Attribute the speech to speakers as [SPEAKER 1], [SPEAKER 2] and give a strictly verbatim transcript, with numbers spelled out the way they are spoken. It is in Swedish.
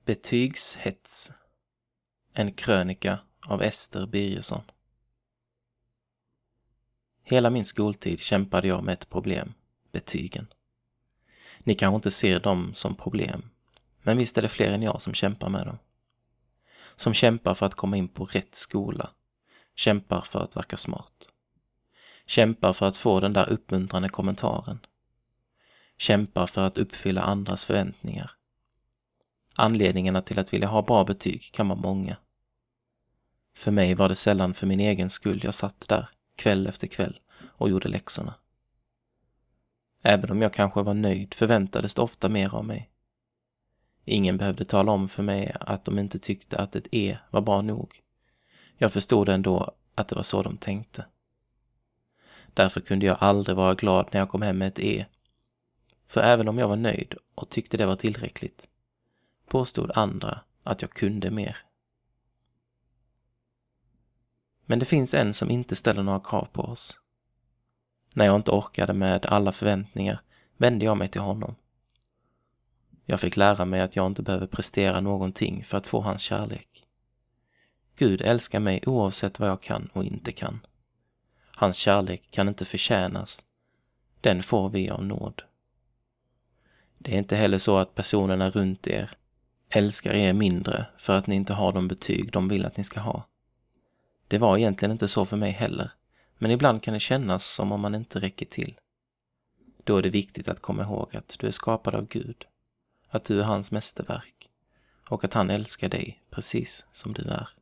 [SPEAKER 1] Betygshets. En krönika av Ester Birgersson. Hela min skoltid kämpade jag med ett problem, betygen. Ni kanske inte ser dem som problem, men visst är det fler än jag som kämpar med dem. Som kämpar för att komma in på rätt skola, kämpar för att verka smart. Kämpar för att få den där uppmuntrande kommentaren. Kämpar för att uppfylla andras förväntningar. Anledningarna till att vilja ha bra betyg kan vara många. För mig var det sällan för min egen skull jag satt där kväll efter kväll och gjorde läxorna. Även om jag kanske var nöjd förväntades det ofta mer av mig. Ingen behövde tala om för mig att de inte tyckte att ett E var bra nog. Jag förstod ändå att det var så de tänkte. Därför kunde jag aldrig vara glad när jag kom hem med ett E. För även om jag var nöjd och tyckte det var tillräckligt, påstod andra att jag kunde mer. Men det finns en som inte ställer några krav på oss. När jag inte orkade med alla förväntningar vände jag mig till honom. Jag fick lära mig att jag inte behöver prestera någonting för att få hans kärlek. Gud älskar mig oavsett vad jag kan och inte kan. Hans kärlek kan inte förtjänas. Den får vi av nåd. Det är inte heller så att personerna runt er älskar er mindre för att ni inte har de betyg de vill att ni ska ha. Det var egentligen inte så för mig heller, men ibland kan det kännas som om man inte räcker till. Då är det viktigt att komma ihåg att du är skapad av Gud, att du är hans mästerverk och att han älskar dig precis som du är.